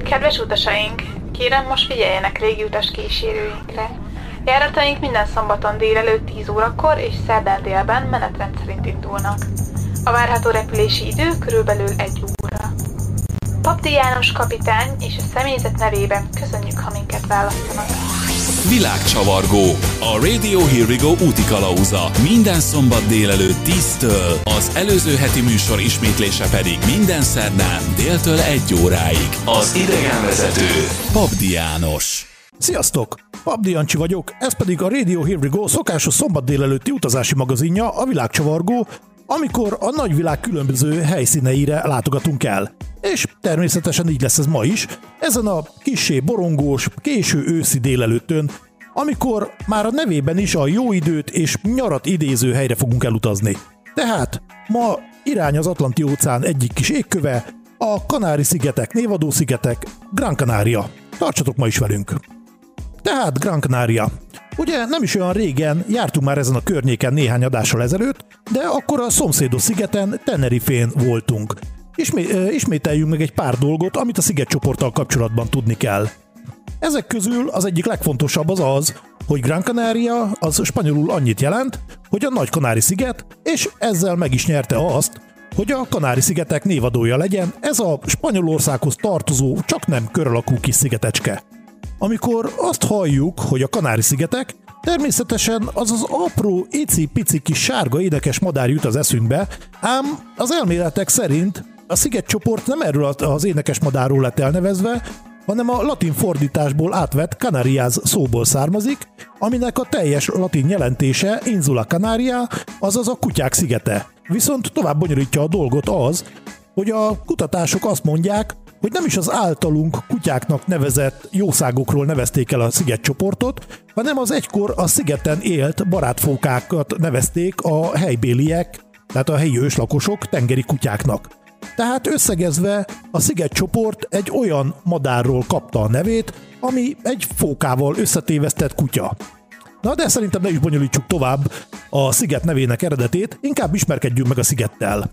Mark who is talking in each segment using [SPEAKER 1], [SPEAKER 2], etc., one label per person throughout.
[SPEAKER 1] Kedves utasaink, kérem most figyeljenek légiutas kísérőinkre. Járataink minden szombaton délelőtt 10 órakor és szerdán délben menetrend szerint indulnak. A várható repülési idő körülbelül 1 óra. Papdi János kapitány és a személyzet nevében köszönjük, ha minket választanak.
[SPEAKER 2] Világcsavargó, a Radio Here We Go útikalauza. Minden szombat délelőtt 10-től, az előző heti műsor ismétlése pedig minden szerdán déltől 1 óráig. Az idegenvezető Papdi János.
[SPEAKER 3] Sziasztok! Papdi Jancsi vagyok, ez pedig a Radio Here We Go szokásos szombat délelőtti utazási magazinja, a Világcsavargó, amikor a nagyvilág különböző helyszíneire látogatunk el. És természetesen így lesz ez ma is, ezen a kissé borongós, késő őszi délelőttön, amikor már a nevében is a jó időt és nyarat idéző helyre fogunk elutazni. Tehát ma irány az Atlanti-óceán egyik kis égköve, a Kanári-szigetek, névadó-szigetek, Gran Canaria. Tartsatok ma is velünk! Tehát Gran Canaria. Ugye nem is olyan régen jártunk már ezen a környéken néhány adással ezelőtt, de akkor a szomszédos szigeten, Tenerifén voltunk. Ismételjünk meg egy pár dolgot, amit a szigetcsoporttal kapcsolatban tudni kell. Ezek közül az egyik legfontosabb az, hogy Gran Canaria az spanyolul annyit jelent, hogy a nagy Kanári-sziget, és ezzel meg is nyerte azt, hogy a Kanári-szigetek névadója legyen ez a Spanyolországhoz tartozó, csak nem kör alakú kis szigetecske. Amikor azt halljuk, hogy a Kanári-szigetek, természetesen az az apró, icipici kis sárga édekes madár jut az eszünkbe, ám az elméletek szerint a szigetcsoport nem erről az énekes madárról lett elnevezve, hanem a latin fordításból átvett Canarias szóból származik, aminek a teljes latin jelentése Insula Canaria, azaz a kutyák szigete. Viszont tovább bonyolítja a dolgot az, hogy a kutatások azt mondják, hogy nem is az általunk kutyáknak nevezett jószágokról nevezték el a szigetcsoportot, hanem az egykor a szigeten élt barátfókákat nevezték a helybéliek, tehát a helyi őslakosok tengeri kutyáknak. Tehát összegezve a szigetcsoport egy olyan madárról kapta a nevét, ami egy fókával összetévesztett kutya. Na de szerintem ne is bonyolítsuk tovább a sziget nevének eredetét, inkább ismerkedjünk meg a szigettel.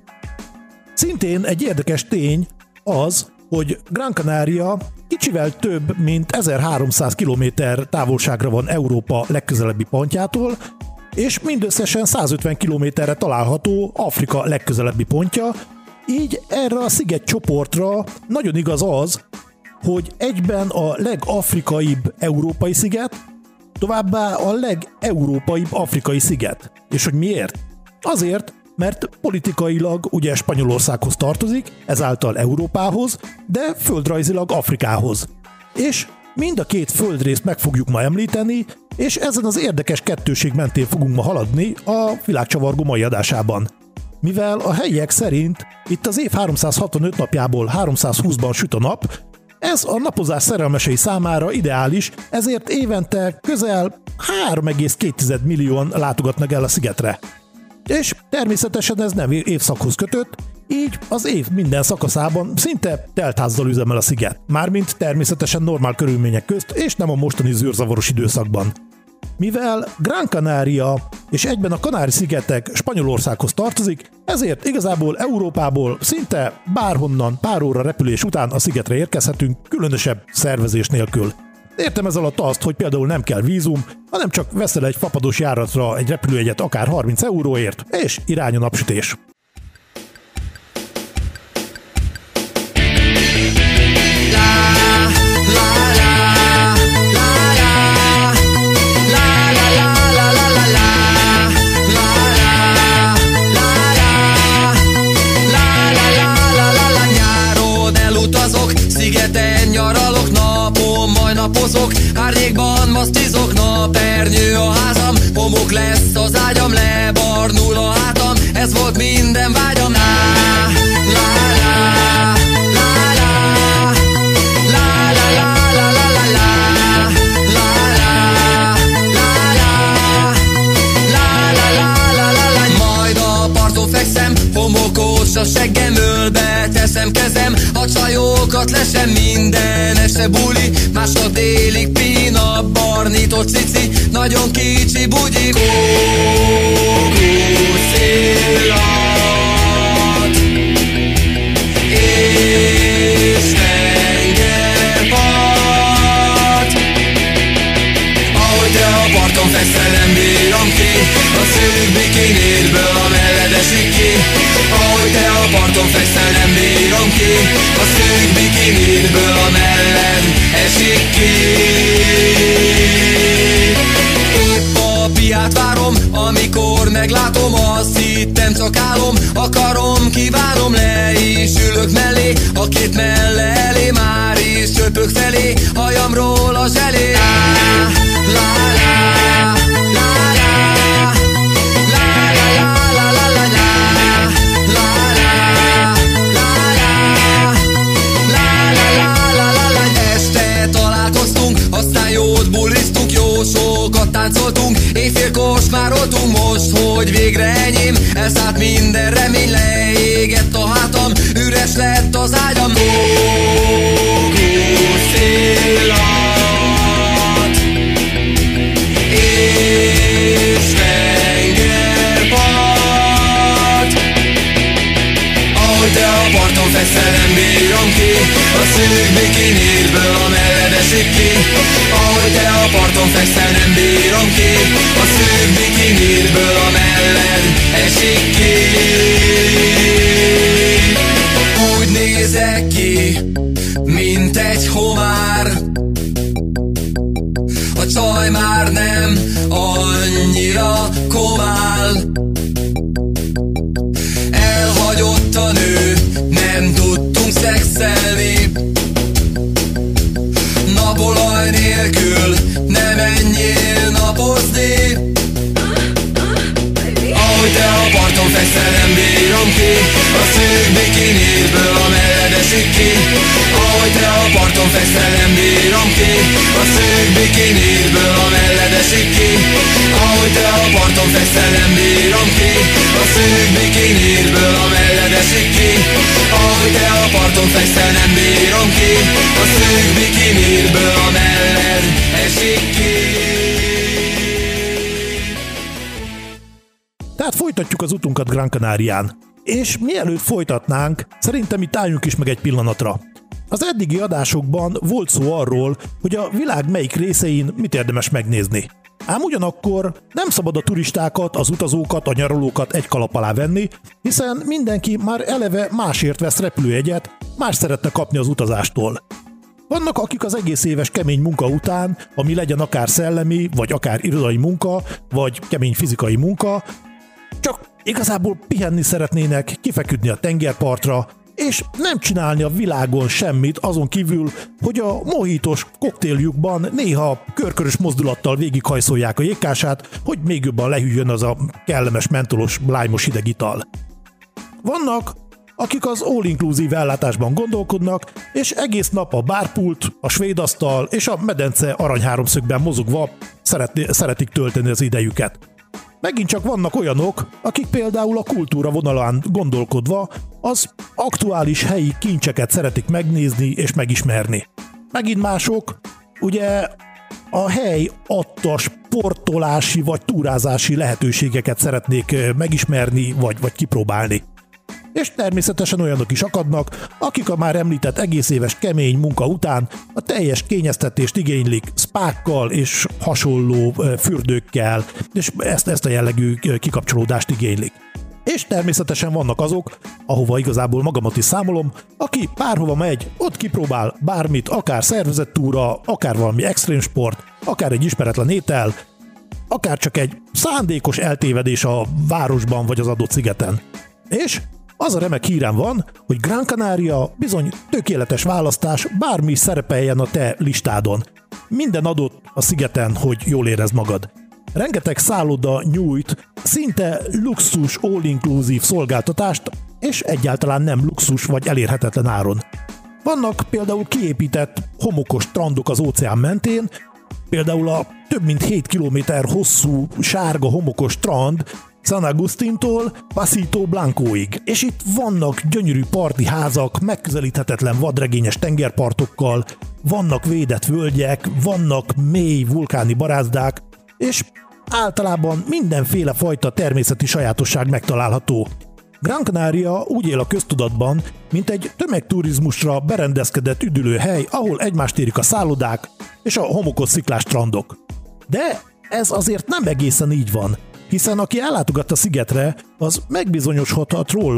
[SPEAKER 3] Szintén egy érdekes tény az, hogy Gran Canaria kicsivel több, mint 1300 km távolságra van Európa legközelebbi pontjától, és mindösszesen 150 kilométerre található Afrika legközelebbi pontja, így erre a szigetcsoportra nagyon igaz az, hogy egyben a legafrikaibb európai sziget, továbbá a legeurópaibb afrikai sziget. És hogy miért? Azért, mert politikailag ugye Spanyolországhoz tartozik, ezáltal Európához, de földrajzilag Afrikához. És mind a két földrészt meg fogjuk ma említeni, és ezen az érdekes kettőség mentén fogunk ma haladni a Világcsavargó mai adásában. Mivel a helyiek szerint itt az év 365 napjából 320-ban süt a nap, ez a napozás szerelmesei számára ideális, ezért évente közel 3,2 millióan látogatnak el a szigetre. És természetesen ez nem évszakhoz kötött, így az év minden szakaszában szinte teltházzal üzemel a sziget. Mármint természetesen normál körülmények közt, és nem a mostani zűrzavaros időszakban. Mivel Gran Canaria és egyben a Kanári-szigetek Spanyolországhoz tartozik, ezért igazából Európából szinte bárhonnan pár óra repülés után a szigetre érkezhetünk, különösebb szervezés nélkül. Értem ez alatt azt, hogy például nem kell vízum, hanem csak veszel egy fapados járatra egy repülőjegyet akár 30 euróért, és irány a napsütés.
[SPEAKER 4] Szigeten nyaralok, napon majd napozok, árnyékban masztizok, napernyő a házam, homok lesz az ágyam, lebarnul a hátam, ez volt minden vágyam. Majd a parton fekszem, homokos a seggem, ölbe teszem kezem, a csajókat lesem, minden este buli, másnap délig pina, barnított cici, nagyon kicsi bugyi, kókuszillat és tenger. bírom ki, a szűk bikinidből a melled esik ki. Épp a piát várom, amikor meglátom, azt hittem csak álom. Akarom, kívánom, le is ülök mellé, a két melle elé, már is csöpök felé, hajamról a zselé. La la la la, la la la la la la, la la la la. Este találkoztunk, aztán jót buliztunk, jó sokat táncoltunk, éjfél kosmároltunk, most, hogy végre enyém, elszállt minden remény, leégett a hátam, üres lett az ágyam. Szélat és tengerpart, ahogy te a parton fekszel, nem bírom ki, a szűk bikinidből a melled esik ki. Ahogy te a parton fekszel, nem bírom ki, a szűk bikinidből a melled esik ki. Úgy nézek ki, mint egy homár, a csaj már nem annyira komál. Elhagyott a nő, nem tudtunk szexelni, napolaj nélkül ne menjél napozni. Ahogy te a parton fekszel, nem bírom ki, a szűk bikinidből a melled esik ki. Ahogy te a parton fekszel, nem bírom ki, a szűk bikinidből a melled esik ki. Ahogy te a parton fekszel, nem bírom ki, a szűk bikinidből a melled esik ki. Ahogy te a parton fekszel, nem bírom ki, a szűk bikinidből a melled esik ki.
[SPEAKER 3] Tehát folytatjuk az utunkat Gran Canarián. És mielőtt folytatnánk, szerintem itt álljunk is meg egy pillanatra. Az eddigi adásokban volt szó arról, hogy a világ melyik részein mit érdemes megnézni. Ám ugyanakkor nem szabad a turistákat, az utazókat, a nyaralókat egy kalap alá venni, hiszen mindenki már eleve másért vesz repülőjegyet, más szeretne kapni az utazástól. Vannak, akik az egész éves kemény munka után, ami legyen akár szellemi, vagy akár irodai munka, vagy kemény fizikai munka, csak igazából pihenni szeretnének, kifeküdni a tengerpartra, és nem csinálni a világon semmit azon kívül, hogy a mojitos koktéljukban néha körkörös mozdulattal végighajszolják a jégkását, hogy még jobban lehűljön az a kellemes mentolos, lájmos hideg ital. Vannak, akik az all-inclusive ellátásban gondolkodnak, és egész nap a bárpult, a svédasztal és a medence aranyháromszögben mozogva szeretik tölteni az idejüket. Megint csak vannak olyanok, akik például a kultúra vonalán gondolkodva az aktuális helyi kincseket szeretik megnézni és megismerni. Megint mások, ugye a hely adta sportolási vagy túrázási lehetőségeket szeretnék megismerni vagy kipróbálni. És természetesen olyanok is akadnak, akik a már említett egész éves kemény munka után a teljes kényeztetést igénylik spákkal és hasonló fürdőkkel, és ezt a jellegű kikapcsolódást igénylik. És természetesen vannak azok, ahova igazából magamat is számolom, aki bárhova megy, ott kipróbál bármit, akár szervezett túra, akár valami extrém sport, akár egy ismeretlen étel, akár csak egy szándékos eltévedés a városban vagy az adott szigeten. És az a remek hírem van, hogy Gran Canaria bizony tökéletes választás, bármi szerepeljen a te listádon. Minden adott a szigeten, hogy jól érezd magad. Rengeteg szálloda nyújt szinte luxus all-inclusive szolgáltatást, és egyáltalán nem luxus vagy elérhetetlen áron. Vannak például kiépített homokos strandok az óceán mentén, például a több mint 7 km hosszú sárga homokos strand San Agustintól Pasito Blancoig. És itt vannak gyönyörű parti házak, megközelíthetetlen vadregényes tengerpartokkal, vannak védett völgyek, vannak mély vulkáni barázdák, és általában mindenféle fajta természeti sajátosság megtalálható. Gran Canaria úgy él a köztudatban, mint egy tömegturizmusra berendezkedett üdülőhely, ahol egymást érik a szállodák és a homokos sziklás strandok. De ez azért nem egészen így van, hiszen aki ellátogat a szigetre, az megbizonyosodhat róla,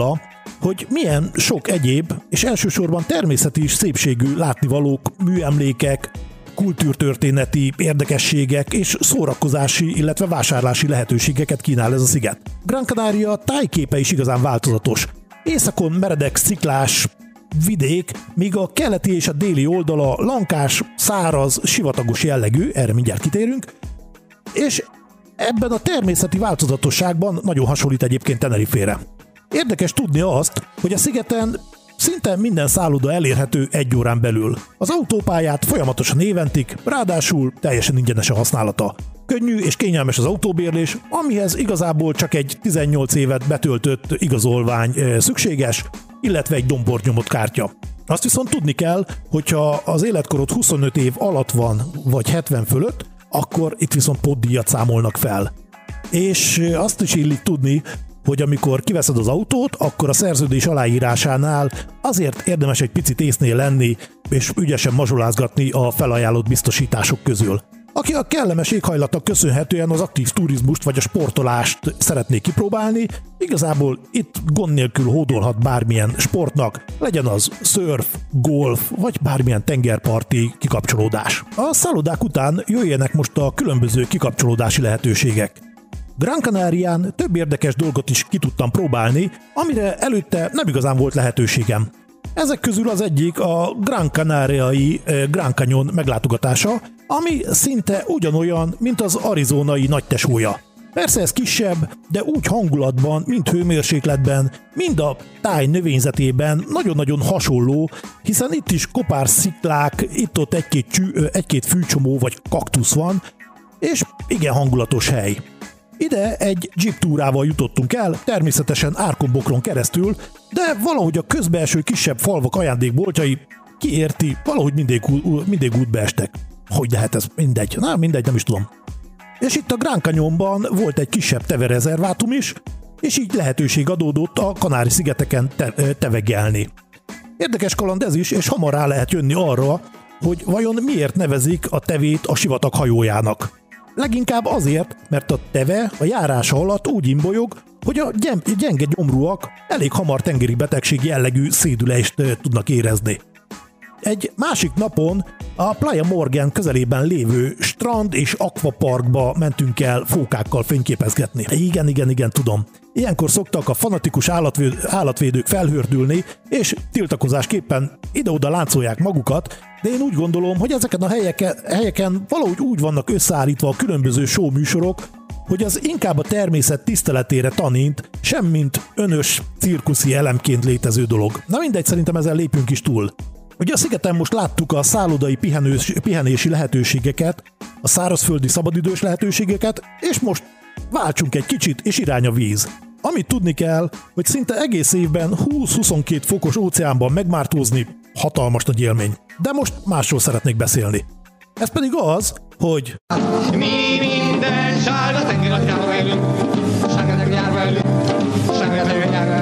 [SPEAKER 3] hogy milyen sok egyéb és elsősorban természeti és szépségű látnivalók, műemlékek, kultúrtörténeti érdekességek és szórakozási, illetve vásárlási lehetőségeket kínál ez a sziget. Gran Canaria tájképe is igazán változatos. Északon meredek, sziklás vidék, míg a keleti és a déli oldala lankás, száraz, sivatagos jellegű, erre mindjárt kitérünk, és ebben a természeti változatosságban nagyon hasonlít egyébként Tenerifére. Érdekes tudni azt, hogy a szigeten szinte minden szálloda elérhető 1 órán belül. Az autópályát folyamatosan éventik, ráadásul teljesen ingyenes a használata. Könnyű és kényelmes az autóbérlés, amihez igazából csak egy 18 évet betöltött igazolvány szükséges, illetve egy dombornyomott kártya. Azt viszont tudni kell, hogyha az életkorod 25 év alatt van, vagy 70 fölött, akkor itt viszont pótdíjat számolnak fel. És azt is illik tudni, hogy amikor kiveszed az autót, akkor a szerződés aláírásánál azért érdemes egy picit észnél lenni, és ügyesen mazsolázgatni a felajánlott biztosítások közül. Aki a kellemes éghajlatnak köszönhetően az aktív turizmust vagy a sportolást szeretné kipróbálni, igazából itt gond nélkül hódolhat bármilyen sportnak, legyen az szörf, golf vagy bármilyen tengerparti kikapcsolódás. A szállodák után jöjjenek most a különböző kikapcsolódási lehetőségek. Gran Canarián több érdekes dolgot is ki tudtam próbálni, amire előtte nem igazán volt lehetőségem. Ezek közül az egyik a Gran Canariai Gran Canyon meglátogatása, ami szinte ugyanolyan, mint az arizonai nagytesója. Persze ez kisebb, de úgy hangulatban, mint hőmérsékletben, mind a táj növényzetében nagyon-nagyon hasonló, hiszen itt is kopár sziklák, itt-ott egy-két fűcsomó vagy kaktusz van, és igen hangulatos hely. Ide egy jeep túrával jutottunk el, természetesen árkon-bokron keresztül, de valahogy a közbelső kisebb falvak ajándékboltjai kiérti, valahogy mindig útbe estek. Hogy lehet ez? Mindegy, nem is tudom. És itt a Gran Canyonban volt egy kisebb teverezervátum is, és így lehetőség adódott a Kanári-szigeteken tevegelni. Érdekes kaland ez is, és hamar rá lehet jönni arra, hogy vajon miért nevezik a tevét a sivatag hajójának. Leginkább azért, mert a teve a járása alatt úgy imbolyog, hogy a gyenge gyomrúak elég hamar tengeri betegség jellegű szédülést tudnak érezni. Egy másik napon a Playa Morgan közelében lévő strand és akvaparkba mentünk el fókákkal fényképezgetni. Igen, tudom. Ilyenkor szoktak a fanatikus állatvédők felhördülni, és tiltakozásképpen ide-oda láncolják magukat, de én úgy gondolom, hogy ezeken a helyeken valahogy úgy vannak összeállítva a különböző show műsorok, hogy az inkább a természet tiszteletére tanít, semmint önös cirkuszi elemként létező dolog. Na mindegy, szerintem ezen lépjünk is túl. Ugye a szigeten most láttuk a szállodai pihenési lehetőségeket, a szárazföldi szabadidős lehetőségeket, és most váltsunk egy kicsit, és irány a víz. Amit tudni kell, hogy szinte egész évben 20-22 fokos óceánban megmártózni hatalmas nagy élmény. De most másról szeretnék beszélni. Ez pedig az, hogy
[SPEAKER 5] Mi minden sárga tengeralattjárva élünk, sárga tengeralattjárva élünk, sárga tengeralattjárva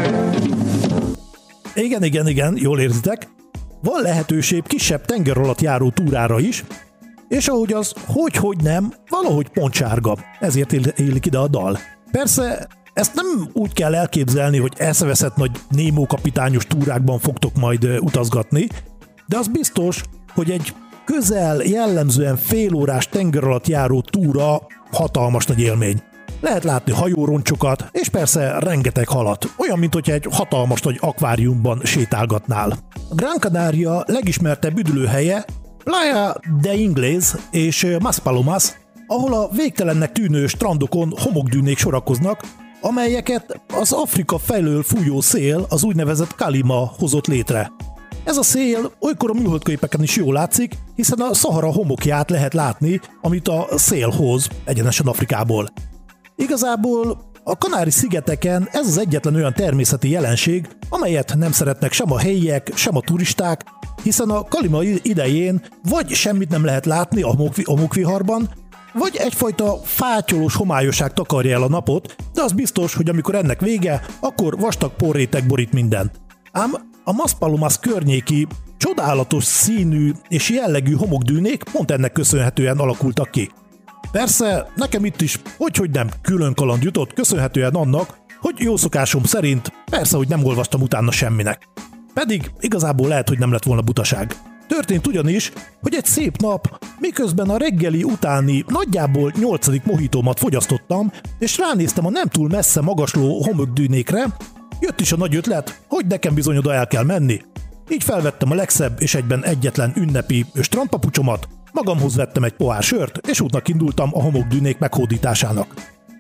[SPEAKER 5] élünk.
[SPEAKER 3] Igen, jól érzitek. Van lehetőség kisebb tenger alatt járó túrára is, és ahogy az hogy nem, valahogy pontsárga. Ezért élik ide a dal. Persze ezt nem úgy kell elképzelni, hogy eszeveszett nagy Nemo kapitányos túrákban fogtok majd utazgatni, de az biztos, hogy egy közel jellemzően félórás tenger alatt járó túra hatalmas nagy élmény. Lehet látni hajóroncsokat, és persze rengeteg halat, olyan, mint hogyha egy hatalmas nagy akváriumban sétálgatnál. A Gran Canaria legismertebb üdülőhelye Playa de Ingles és Maspalomas, ahol a végtelennek tűnő strandokon homokdűnék sorakoznak, amelyeket az Afrika felől fújó szél, az úgynevezett Kalima hozott létre. Ez a szél olykor a műholdképeken is jól látszik, hiszen a Szahara homokját lehet látni, amit a szél hoz egyenesen Afrikából. Igazából a Kanári-szigeteken ez az egyetlen olyan természeti jelenség, amelyet nem szeretnek sem a helyiek, sem a turisták, hiszen a Kalima idején vagy semmit nem lehet látni a homokviharban, vagy egyfajta fátyolós homályosság takarja el a napot, de az biztos, hogy amikor ennek vége, akkor vastag porréteg borít mindent. Ám a Maspalomas környéki csodálatos színű és jellegű homokdűnék pont ennek köszönhetően alakultak ki. Persze, nekem itt is, hogy nem külön kaland jutott, köszönhetően annak, hogy jó szokásom szerint Persze, hogy nem olvastam utána semminek. Pedig igazából lehet, hogy nem lett volna butaság. Történt ugyanis, hogy egy szép nap, miközben a reggeli utáni nagyjából 8. mohitómat fogyasztottam, és ránéztem a nem túl messze magasló homokdűnékre, jött is a nagy ötlet, hogy nekem bizony oda el kell menni. Így felvettem a legszebb és egyben egyetlen ünnepi strandpapucsomat, magamhoz vettem egy pohár sört, és útnak indultam a homokdűnék meghódításának.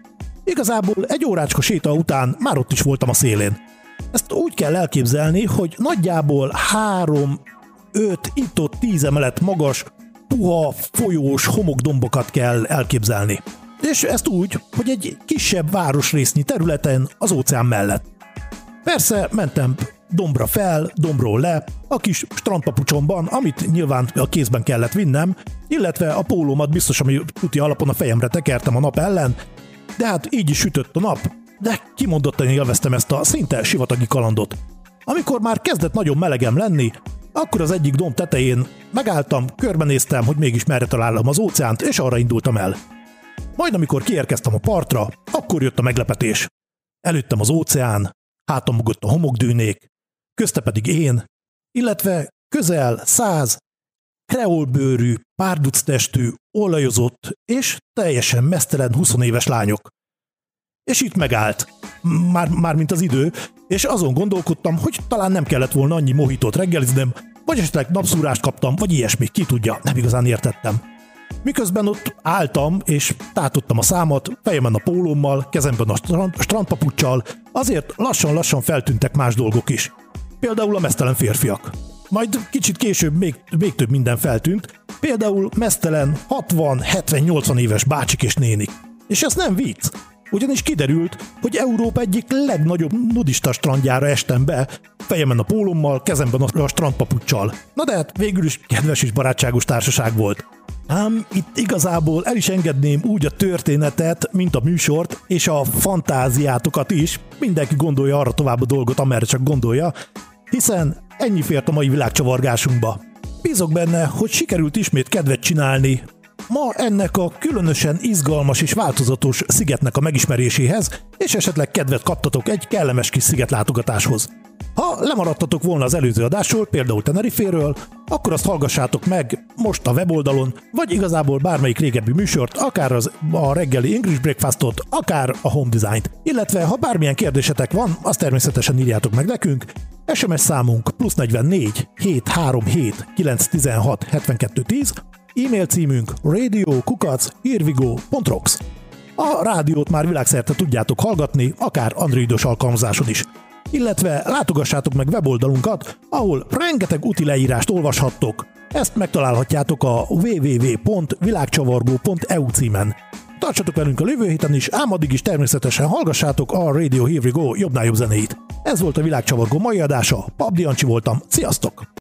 [SPEAKER 3] Igazából egy órácska séta után már ott is voltam a szélén. Ezt úgy kell elképzelni, hogy nagyjából 3, 5, itt-ott 10 emelet magas, puha, folyós homokdombokat kell elképzelni. És ezt úgy, hogy egy kisebb városrésznyi területen az óceán mellett. Persze mentem dombra fel, dombról le, a kis strandpapucsomban, amit nyilván a kézben kellett vinnem, illetve a pólómat biztos, ami tuti alapon a fejemre tekertem a nap ellen, de hát így is sütött a nap, de kimondottan élveztem ezt a szinte sivatagi kalandot. Amikor már kezdett nagyon melegem lenni, akkor az egyik domb tetején megálltam, körbenéztem, hogy mégis merre találom az óceánt, és arra indultam el. Majd amikor kiérkeztem a partra, akkor jött a meglepetés. Előttem az óceán, hátam mögött a homokdűnék, közte pedig én, illetve közel 100 kreolbőrű, párductestű, olajozott és teljesen meztelen 20 éves lányok. És itt megállt, már mint az idő, és azon gondolkodtam, hogy talán nem kellett volna annyi mohitót reggeliznem, vagy esetleg napszúrást kaptam, vagy ilyesmi, ki tudja, nem igazán értettem. Miközben ott álltam, és tátottam a számat, fejemen a pólómmal, kezemben a strandpapuccsal, azért lassan-lassan feltűntek más dolgok is. Például a meztelen férfiak. Majd kicsit később még több minden feltűnt, például meztelen 60-70-80 éves bácsik és nénik. És ez nem vicc, ugyanis kiderült, hogy Európa egyik legnagyobb nudista strandjára estem be, fejemen a pólómmal, kezemben a strandpapuccsal. Na de hát végül is kedves és barátságos társaság volt. Ám itt igazából el is engedném úgy a történetet, mint a műsort, és a fantáziátokat is, mindenki gondolja arra tovább a dolgot, amerre csak gondolja, hiszen ennyi fért a mai világcsavargásunkba. Bízok benne, hogy sikerült ismét kedvet csinálni ma ennek a különösen izgalmas és változatos szigetnek a megismeréséhez, és esetleg kedvet kaptatok egy kellemes kis szigetlátogatáshoz. Ha lemaradtatok volna az előző adásról, például Teneriféről, akkor azt hallgassátok meg most a weboldalon, vagy igazából bármelyik régebbi műsort, akár a reggeli English Breakfastot, akár a Home Design-t. Illetve ha bármilyen kérdésetek van, azt természetesen írjátok meg nekünk. SMS számunk +44 737 916 72 10, e-mail címünk radio@herewigo.rocks. A rádiót már világszerte tudjátok hallgatni, akár androidos alkalmazáson is. Illetve látogassátok meg weboldalunkat, ahol rengeteg úti leírást olvashattok. Ezt megtalálhatjátok a www.világcsavargó.eu címen. Tartsatok velünk a jövő héten is, ám addig is természetesen hallgassátok a Radio Here We Go jobbnál jobb zenéit. Ez volt a Világcsavargó mai adása, Pabdi Jancsi voltam, sziasztok!